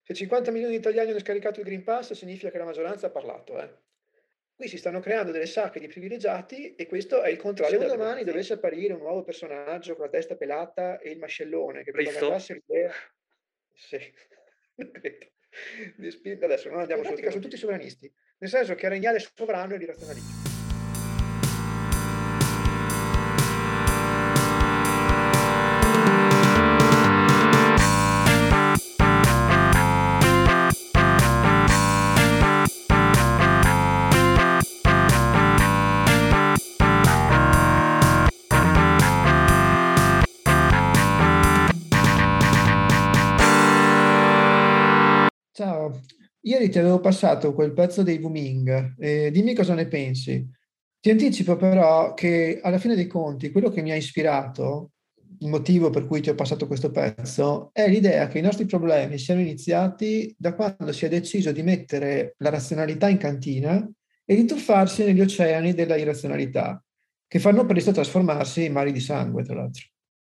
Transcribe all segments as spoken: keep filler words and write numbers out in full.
Se cinquanta milioni di italiani hanno scaricato il Green Pass significa che la maggioranza ha parlato, eh. Qui si stanno creando delle sacche di privilegiati e questo è il contrario Se della un domani democrazia. dovesse apparire un nuovo personaggio con la testa pelata e il mascellone che Cristo? propagandasse l'idea, sì, non credo, di spin adesso non andiamo In sul pratica tema son tutti fisico. sovranisti, nel senso che a regnare sovrano è l'irrazionalismo. Ciao, ieri ti avevo passato quel pezzo dei Booming, e dimmi cosa ne pensi. Ti anticipo però che alla fine dei conti quello che mi ha ispirato, il motivo per cui ti ho passato questo pezzo, è l'idea che i nostri problemi siano iniziati da quando si è deciso di mettere la razionalità in cantina e di tuffarsi negli oceani della irrazionalità, che fanno presto a trasformarsi in mari di sangue, tra l'altro.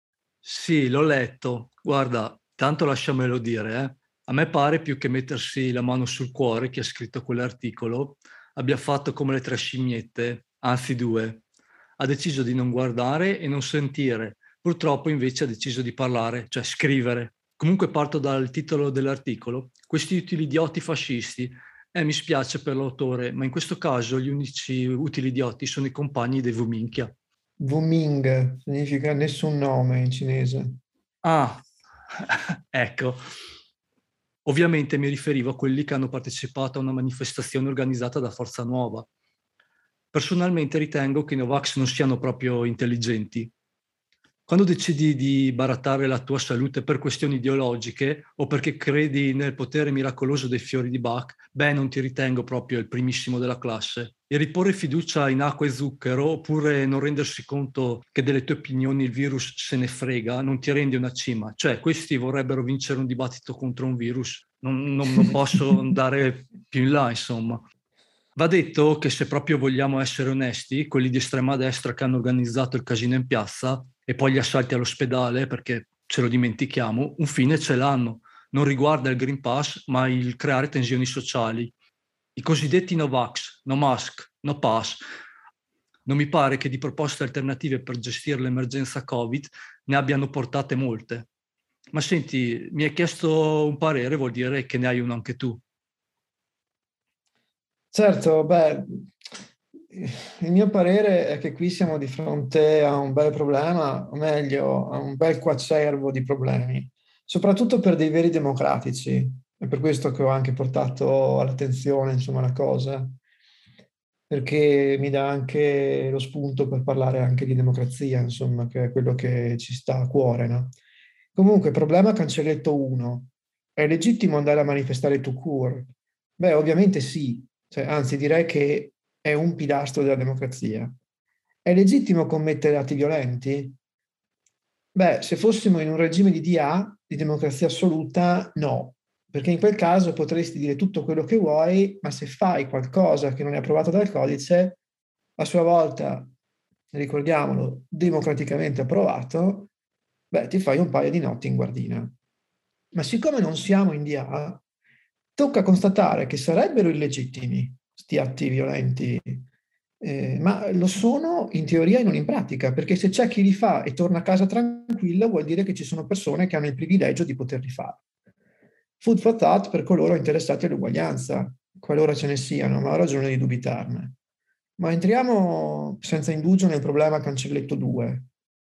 Sì, l'ho letto. Guarda, tanto lasciamelo dire, eh. A me pare più che mettersi la mano sul cuore chi ha scritto quell'articolo abbia fatto come le tre scimmiette, anzi due. Ha deciso di non guardare e non sentire. Purtroppo invece ha deciso di parlare, cioè scrivere. Comunque parto dal titolo dell'articolo. Questi utili idioti fascisti. Eh, mi spiace per l'autore, ma in questo caso gli unici utili idioti sono i compagni dei Vuminchia. Wuming significa nessun nome in cinese. Ah, ecco. Ovviamente mi riferivo a quelli che hanno partecipato a una manifestazione organizzata da Forza Nuova. Personalmente ritengo che i Novax non siano proprio intelligenti. Quando decidi di barattare la tua salute per questioni ideologiche o perché credi nel potere miracoloso dei fiori di Bach, beh, non ti ritengo proprio il primissimo della classe. E riporre fiducia in acqua e zucchero oppure non rendersi conto che delle tue opinioni il virus se ne frega, non ti rendi una cima. Cioè, questi vorrebbero vincere un dibattito contro un virus. Non, non, non posso andare più in là, insomma. Va detto che se proprio vogliamo essere onesti, quelli di estrema destra che hanno organizzato il casino in piazza e poi gli assalti all'ospedale, perché ce lo dimentichiamo, un fine ce l'hanno. Non riguarda il Green Pass, ma il creare tensioni sociali. I cosiddetti Novax, no mask, no pass. Non mi pare che di proposte alternative per gestire l'emergenza Covid ne abbiano portate molte. Ma senti, mi hai chiesto un parere, vuol dire che ne hai uno anche tu. Certo, beh, il mio parere è che qui siamo di fronte a un bel problema, o meglio, a un bel coacervo di problemi, soprattutto per dei veri democratici. È per questo che ho anche portato all'attenzione, insomma, la cosa, perché mi dà anche lo spunto per parlare anche di democrazia, insomma, che è quello che ci sta a cuore, no? Comunque, problema cancelletto uno. È legittimo andare a manifestare tout court? Beh, ovviamente sì, cioè, anzi direi che è un pilastro della democrazia. È legittimo commettere atti violenti? Beh, se fossimo in un regime di D A, di democrazia assoluta, no, perché in quel caso potresti dire tutto quello che vuoi, ma se fai qualcosa che non è approvato dal codice, a sua volta, ricordiamolo, democraticamente approvato, beh, ti fai un paio di notti in guardina. Ma siccome non siamo in D A, tocca constatare che sarebbero illegittimi questi atti violenti, eh, ma lo sono in teoria e non in pratica, perché se c'è chi li fa e torna a casa tranquillo, vuol dire che ci sono persone che hanno il privilegio di poterli fare. Food for thought per coloro interessati all'uguaglianza, qualora ce ne siano, ma ho ragione di dubitarne. Ma entriamo senza indugio nel problema cancelletto due.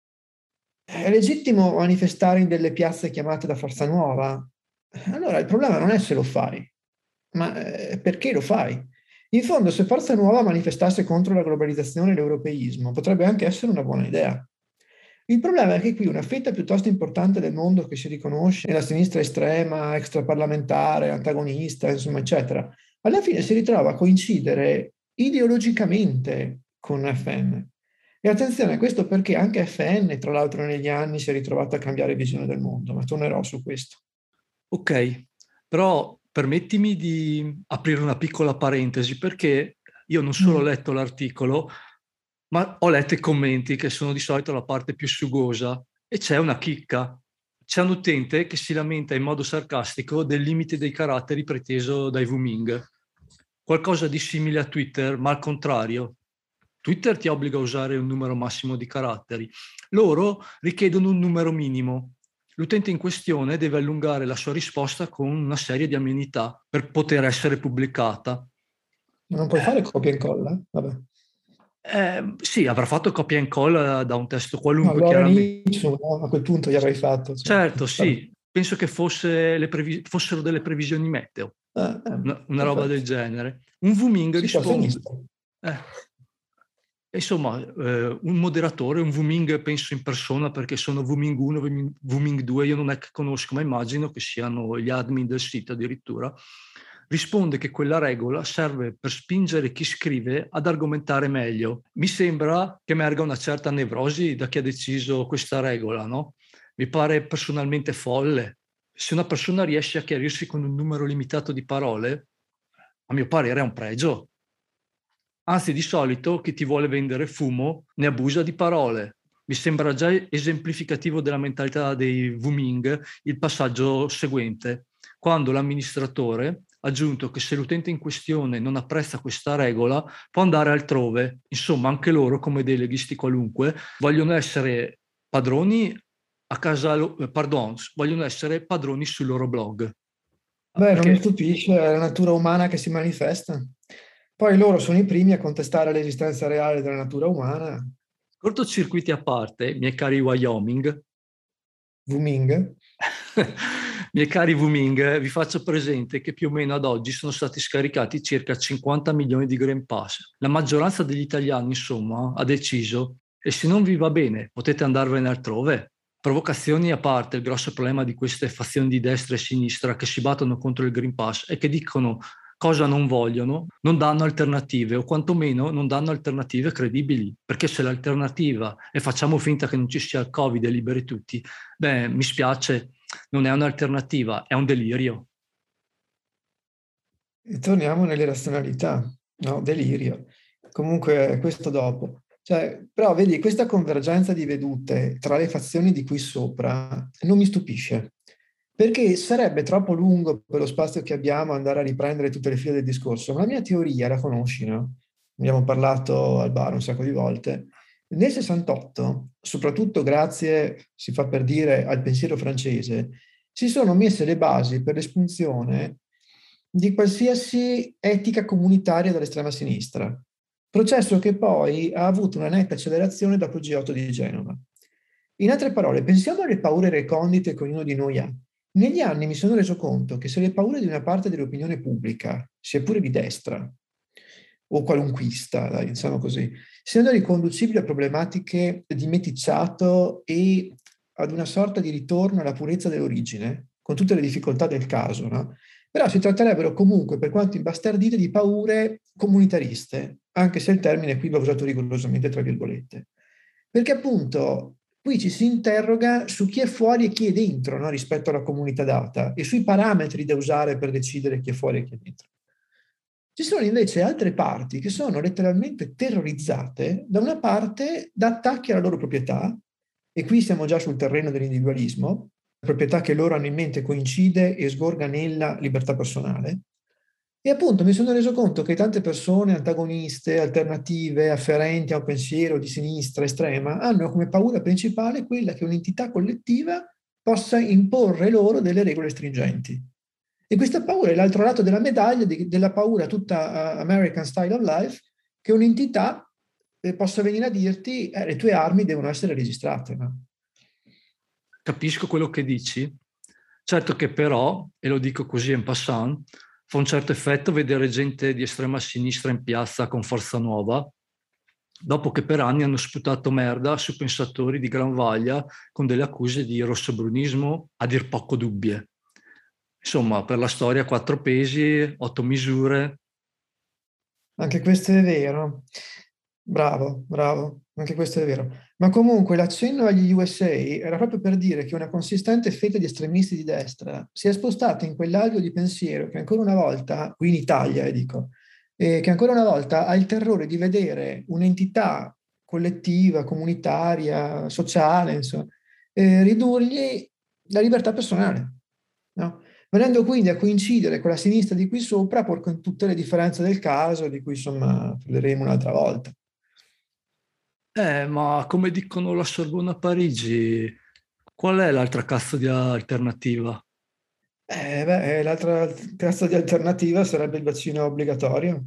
È legittimo manifestare in delle piazze chiamate da Forza Nuova? Allora il problema non è se lo fai, ma eh, perché lo fai? In fondo, se Forza Nuova manifestasse contro la globalizzazione e l'europeismo, potrebbe anche essere una buona idea. Il problema è che qui una fetta piuttosto importante del mondo che si riconosce nella sinistra estrema, extraparlamentare, antagonista, insomma, eccetera, alla fine si ritrova a coincidere ideologicamente con F N. E attenzione, questo perché anche F N, tra l'altro, negli anni si è ritrovato a cambiare visione del mondo, ma tornerò su questo. Ok, però permettimi di aprire una piccola parentesi perché io non solo ho Mm. letto l'articolo, ma ho letto i commenti che sono di solito la parte più sugosa e c'è una chicca. c'è un utente che si lamenta in modo sarcastico del limite dei caratteri preteso dai Wuming. Qualcosa di simile a Twitter, ma al contrario. Twitter ti obbliga a usare un numero massimo di caratteri. Loro richiedono un numero minimo. L'utente in questione deve allungare la sua risposta con una serie di amenità per poter essere pubblicata. Ma non puoi fare copia e incolla? Vabbè. Eh, sì, avrà fatto copia e incolla da un testo No, qualunque, allora chiaramente. inizio, no? A quel punto gli avrei fatto. Cioè. Certo, Vabbè. sì. Penso che fosse le previ- fossero delle previsioni meteo, Ah, eh, una, una roba del perfetto. genere. Un Wuming Si fa a risponde. sinistra. Eh. Insomma, eh, un moderatore, un Wuming, penso in persona perché sono Wuming uno, Wuming due, io non è che conosco, ma immagino che siano gli admin del sito addirittura, risponde che quella regola serve per spingere chi scrive ad argomentare meglio. Mi sembra che emerga una certa nevrosi da chi ha deciso questa regola, no? Mi pare personalmente folle. Se una persona riesce a chiarirsi con un numero limitato di parole, a mio parere è un pregio. Anzi, di solito chi ti vuole vendere fumo ne abusa di parole. Mi sembra già esemplificativo della mentalità dei Wuming il passaggio seguente, quando l'amministratore ha aggiunto che se l'utente in questione non apprezza questa regola può andare altrove. Insomma, anche loro, come dei leghisti qualunque, vogliono essere padroni a casa, pardon, vogliono essere padroni sul loro blog. Beh, non mi Perché stupisce, è la natura umana che si manifesta. Poi loro sono i primi a contestare l'esistenza reale della natura umana. cortocircuiti a parte, miei cari Wyoming, Wuming. miei cari Wuming, vi faccio presente che più o meno ad oggi sono stati scaricati circa cinquanta milioni di Green Pass. La maggioranza degli italiani, insomma, ha deciso, e se non vi va bene, potete andarvene altrove. Provocazioni a parte, il grosso problema di queste fazioni di destra e sinistra che si battono contro il Green Pass è che dicono cosa non vogliono, non danno alternative o quantomeno non danno alternative credibili, perché se l'alternativa è facciamo finta che non ci sia il Covid e liberi tutti, beh, mi spiace, non è un'alternativa, è un delirio. E torniamo nelle razionalità, no? Delirio. Comunque questo dopo. Cioè, però vedi, questa convergenza di vedute tra le fazioni di qui sopra non mi stupisce, perché sarebbe troppo lungo per lo spazio che abbiamo andare a riprendere tutte le file del discorso. Ma la mia teoria la conosci, no? Abbiamo parlato al bar un sacco di volte. Nel sessantotto, soprattutto grazie, si fa per dire, al pensiero francese, si sono messe le basi per l'espunzione di qualsiasi etica comunitaria dall'estrema sinistra, processo che poi ha avuto una netta accelerazione dopo il G otto di Genova. In altre parole, pensiamo alle paure recondite che ognuno di noi ha. Negli anni mi sono reso conto che se le paure di una parte dell'opinione pubblica, sia pure di destra o qualunquista, dai, diciamo così, siano riconducibili a problematiche di meticciato e ad una sorta di ritorno alla purezza dell'origine, con tutte le difficoltà del caso, no? Però si tratterebbero comunque, per quanto imbastardite, di paure comunitariste, anche se il termine qui va usato rigorosamente tra virgolette. Perché appunto qui ci si interroga su chi è fuori e chi è dentro, no? Rispetto alla comunità data e sui parametri da usare per decidere chi è fuori e chi è dentro. Ci sono invece altre parti che sono letteralmente terrorizzate da una parte da attacchi alla loro proprietà, e qui siamo già sul terreno dell'individualismo, proprietà che loro hanno in mente coincide e sgorga nella libertà personale. E appunto mi sono reso conto che tante persone antagoniste, alternative, afferenti a un pensiero di sinistra estrema, hanno come paura principale quella che un'entità collettiva possa imporre loro delle regole stringenti. E questa paura è l'altro lato della medaglia di, della paura tutta uh, American style of life, che un'entità eh, possa venire a dirti eh, le tue armi devono essere registrate, no? Capisco quello che dici, certo che però, e lo dico così en passant, fa un certo effetto vedere gente di estrema sinistra in piazza con Forza Nuova, dopo che per anni hanno sputato merda su pensatori di gran vaglia con delle accuse di rossobrunismo a dir poco dubbie. Insomma, per la storia quattro pesi, otto misure. Anche questo è vero. Bravo, bravo, anche questo è vero. Ma comunque l'accenno agli U S A era proprio per dire che una consistente fetta di estremisti di destra si è spostata in quell'alveo di pensiero che ancora una volta, qui in Italia, eh, dico, eh, che ancora una volta ha il terrore di vedere un'entità collettiva, comunitaria, sociale, insomma, eh, ridurgli la libertà personale, no? Venendo quindi a coincidere con la sinistra di qui sopra, pur con tutte le differenze del caso, di cui insomma parleremo un'altra volta. Eh, ma come dicono la Sorbona a Parigi, qual è l'altra cazzo di alternativa? Eh, beh, l'altra cazzo di alternativa sarebbe il vaccino obbligatorio.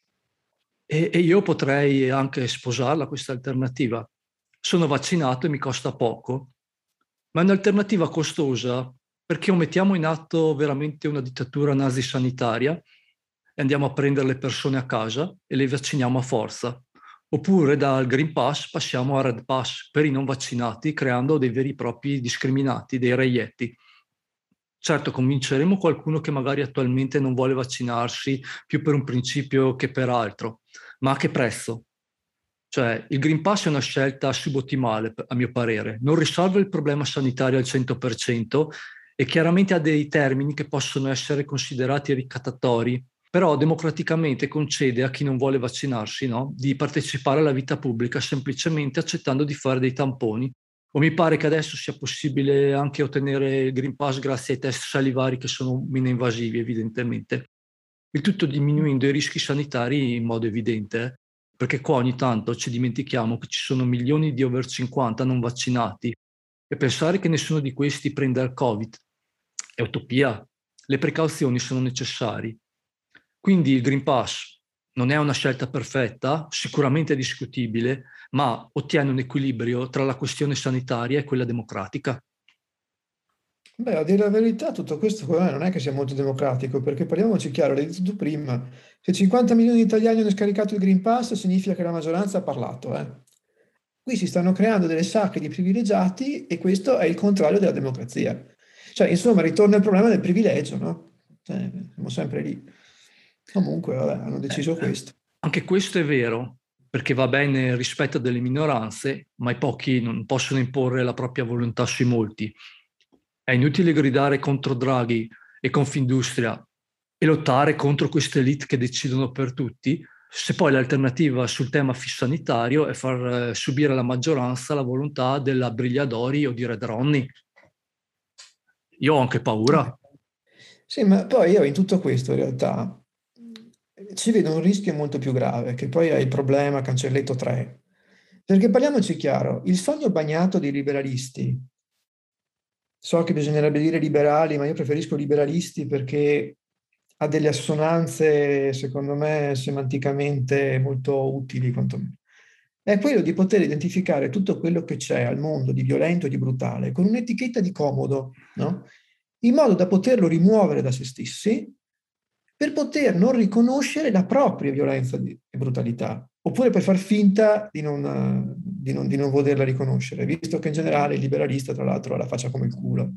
E, e io potrei anche sposarla questa alternativa. Sono vaccinato e mi costa poco, ma è un'alternativa costosa perché o mettiamo in atto veramente una dittatura nazi sanitaria e andiamo a prendere le persone a casa e le vacciniamo a forza, oppure dal Green Pass passiamo al Red Pass per i non vaccinati, creando dei veri e propri discriminati, dei reietti. Certo, convinceremo qualcuno che magari attualmente non vuole vaccinarsi più per un principio che per altro, ma a che prezzo? Cioè, il Green Pass è una scelta subottimale, a mio parere. Non risolve il problema sanitario al cento per cento e chiaramente ha dei termini che possono essere considerati ricattatori, però democraticamente concede a chi non vuole vaccinarsi, no, di partecipare alla vita pubblica semplicemente accettando di fare dei tamponi. O mi pare che adesso sia possibile anche ottenere il Green Pass grazie ai test salivari che sono meno invasivi, evidentemente. Il tutto diminuendo i rischi sanitari in modo evidente, eh? Perché qua ogni tanto ci dimentichiamo che ci sono milioni di over cinquanta non vaccinati e pensare che nessuno di questi prenda il Covid è utopia. Le precauzioni sono necessarie. Quindi il Green Pass non è una scelta perfetta, sicuramente discutibile, ma ottiene un equilibrio tra la questione sanitaria e quella democratica. Beh, a dire la verità, tutto questo secondo me non è che sia molto democratico, perché parliamoci chiaro, l'hai detto tu prima, se cinquanta milioni di italiani hanno scaricato il Green Pass significa che la maggioranza ha parlato, eh. Qui si stanno creando delle sacche di privilegiati e questo è il contrario della democrazia. Cioè, insomma, ritorna il problema del privilegio, no? Cioè, siamo sempre lì. Comunque, vabbè, hanno deciso Eh, questo. anche questo è vero, perché va bene il rispetto delle minoranze, ma i pochi non possono imporre la propria volontà sui molti. È inutile gridare contro Draghi e Confindustria e lottare contro queste elite che decidono per tutti, se poi l'alternativa sul tema sanitario è far eh, subire alla maggioranza la volontà della Brigliadori o di Red Ronny. Io ho anche paura. Eh, Sì, ma poi io in tutto questo in realtà ci vedo un rischio molto più grave, che poi è il problema cancelletto tre. Perché parliamoci chiaro, il sogno bagnato dei liberalisti, so che bisognerebbe dire liberali, ma io preferisco liberalisti perché ha delle assonanze, secondo me, semanticamente molto utili, quantomeno. È quello di poter identificare tutto quello che c'è al mondo di violento e di brutale con un'etichetta di comodo, no? In modo da poterlo rimuovere da se stessi per poter non riconoscere la propria violenza e brutalità, oppure per far finta di non, di non, di non volerla riconoscere, visto che in generale il liberalista, tra l'altro, ha la faccia come il culo,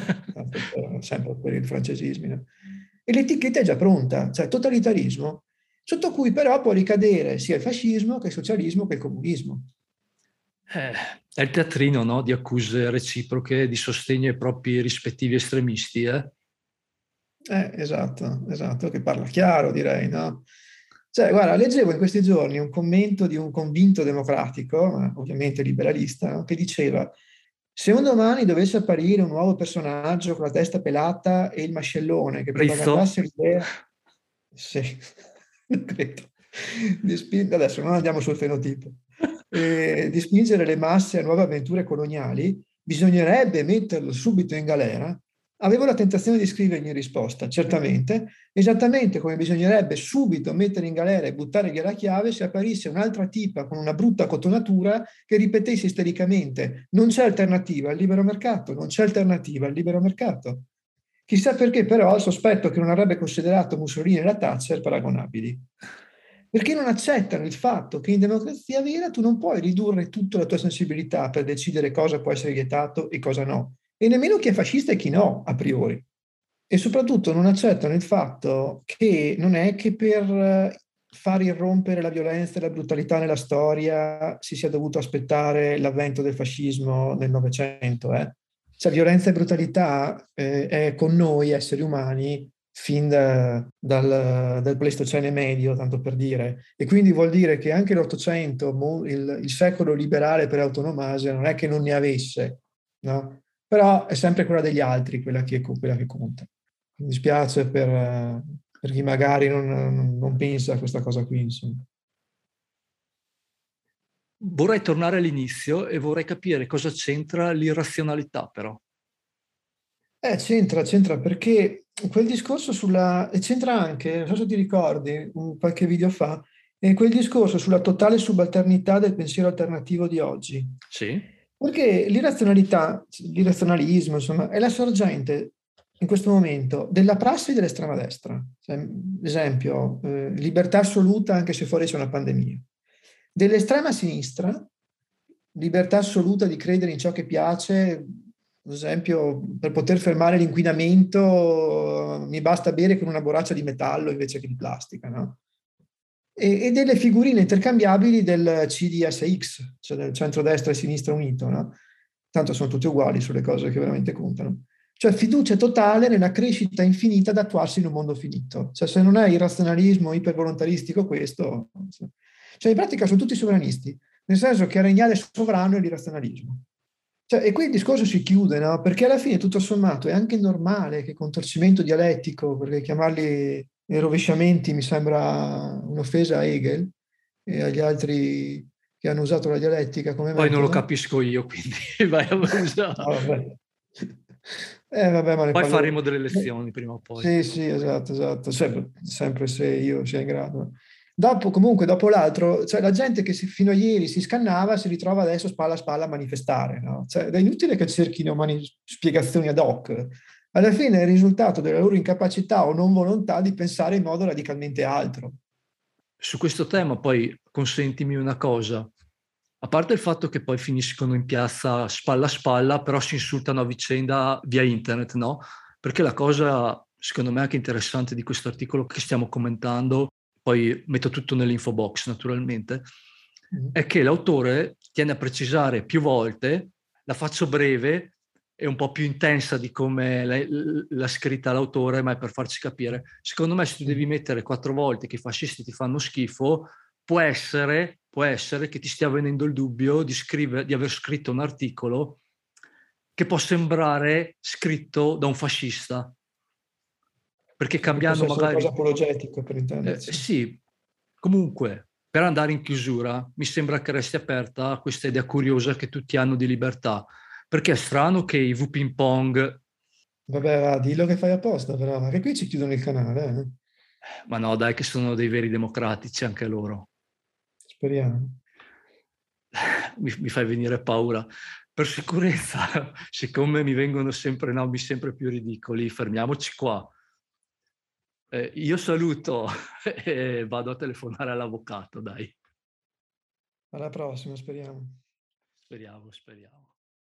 sempre per il francesismo. No? E l'etichetta è già pronta, cioè totalitarismo, sotto cui però può ricadere sia il fascismo che il socialismo che il comunismo. Eh, è il teatrino, no? Di accuse reciproche di sostegno ai propri rispettivi estremisti, eh? Eh, esatto, esatto, che parla chiaro, direi, no? Cioè, guarda, leggevo in questi giorni un commento di un convinto democratico, ma ovviamente liberalista, no? Che diceva: se un domani dovesse apparire un nuovo personaggio con la testa pelata e il mascellone che Rizzo? propagandasse l'idea, sì, non credo, di spin- adesso non andiamo sul fenotipo, eh, di spingere le masse a nuove avventure coloniali, bisognerebbe metterlo subito in galera. Avevo la tentazione di scrivergli in risposta, certamente, esattamente come bisognerebbe subito mettere in galera e buttare via la chiave se apparisse un'altra tipa con una brutta cotonatura che ripetesse istericamente: non c'è alternativa al libero mercato, non c'è alternativa al libero mercato. Chissà perché però ho il sospetto che non avrebbe considerato Mussolini e la Thatcher paragonabili. Perché non accettano il fatto che in democrazia vera tu non puoi ridurre tutta la tua sensibilità per decidere cosa può essere vietato e cosa no, e nemmeno chi è fascista e chi no, a priori. E soprattutto non accettano il fatto che non è che per far irrompere la violenza e la brutalità nella storia si sia dovuto aspettare l'avvento del fascismo nel Novecento. Eh? Cioè, violenza e brutalità eh, è con noi esseri umani fin da, dal, dal Pleistocene medio, tanto per dire. E quindi vuol dire che anche l'Ottocento, il, il secolo liberale per autonomasia, non è che non ne avesse, no? però è sempre quella degli altri quella che, quella che conta. Mi dispiace per, per chi magari non, non, non pensa a questa cosa qui, insomma. Vorrei tornare all'inizio e vorrei capire cosa c'entra l'irrazionalità, però. Eh, c'entra, c'entra perché quel discorso sulla... e c'entra anche, non so se ti ricordi, un, qualche video fa, è quel discorso sulla totale subalternità del pensiero alternativo di oggi. Sì. Perché l'irrazionalità, l'irrazionalismo, insomma, è la sorgente in questo momento della prassi dell'estrema destra. Cioè, esempio, eh, libertà assoluta anche se fuori c'è una pandemia. Dell'estrema sinistra, libertà assoluta di credere in ciò che piace, ad esempio, per poter fermare l'inquinamento mi basta bere con una borraccia di metallo invece che di plastica, no? E, e delle figurine intercambiabili del C D S X, cioè del centrodestra e sinistra unito, no? Tanto sono tutti uguali sulle cose che veramente contano. Cioè fiducia totale nella crescita infinita da attuarsi in un mondo finito. Cioè se non è irrazionalismo ipervolontaristico questo... Cioè in pratica sono tutti sovranisti, nel senso che a regnare sovrano è l'irrazionalismo. Cioè, e qui il discorso si chiude, no? Perché alla fine, tutto sommato, è anche normale che contorcimento dialettico, perché chiamarli rovesciamenti mi sembra un'offesa a Hegel e agli altri che hanno usato la dialettica come Poi metodo. non lo capisco io, quindi vai a usare. No, vabbè. Eh, vabbè, ma ne Poi parleremo. faremo delle lezioni prima o poi. Sì, sì, esatto, esatto. Sempre, sempre se io sia in grado. Dopo, comunque, dopo l'altro, cioè la gente che si, fino a ieri si scannava si ritrova adesso spalla a spalla a manifestare, no? Cioè, è inutile che cerchino mani- spiegazioni ad hoc. Alla fine è il risultato della loro incapacità o non volontà di pensare in modo radicalmente altro. Su questo tema poi consentimi una cosa. A parte il fatto che poi finiscono in piazza spalla a spalla, però si insultano a vicenda via internet, no? Perché la cosa, secondo me, anche interessante di questo articolo che stiamo commentando, poi metto tutto nell'info box naturalmente, Mm. è che l'autore tiene a precisare più volte, la faccio breve e un po' più intensa di come l'ha scritta l'autore, ma è per farci capire. Secondo me se tu devi mettere quattro volte che i fascisti ti fanno schifo, può essere, può essere che ti stia venendo il dubbio di, scrivere, di aver scritto un articolo che può sembrare scritto da un fascista. Perché cambiando magari... magari... cosa apologetico, per intenderci. Eh, sì, comunque, per andare in chiusura, mi sembra che resti aperta a questa idea curiosa che tutti hanno di libertà. Perché è strano che i V Ping Pong... Vabbè, va, dillo che fai apposta, però, ma che qui ci chiudono il canale, eh? Ma no, dai, che sono dei veri democratici anche loro. Speriamo. Mi, mi fai venire paura. Per sicurezza, siccome mi vengono sempre nomi sempre più ridicoli, fermiamoci qua. Eh, io saluto e vado a telefonare all'avvocato, dai. Alla prossima, speriamo. Speriamo, speriamo.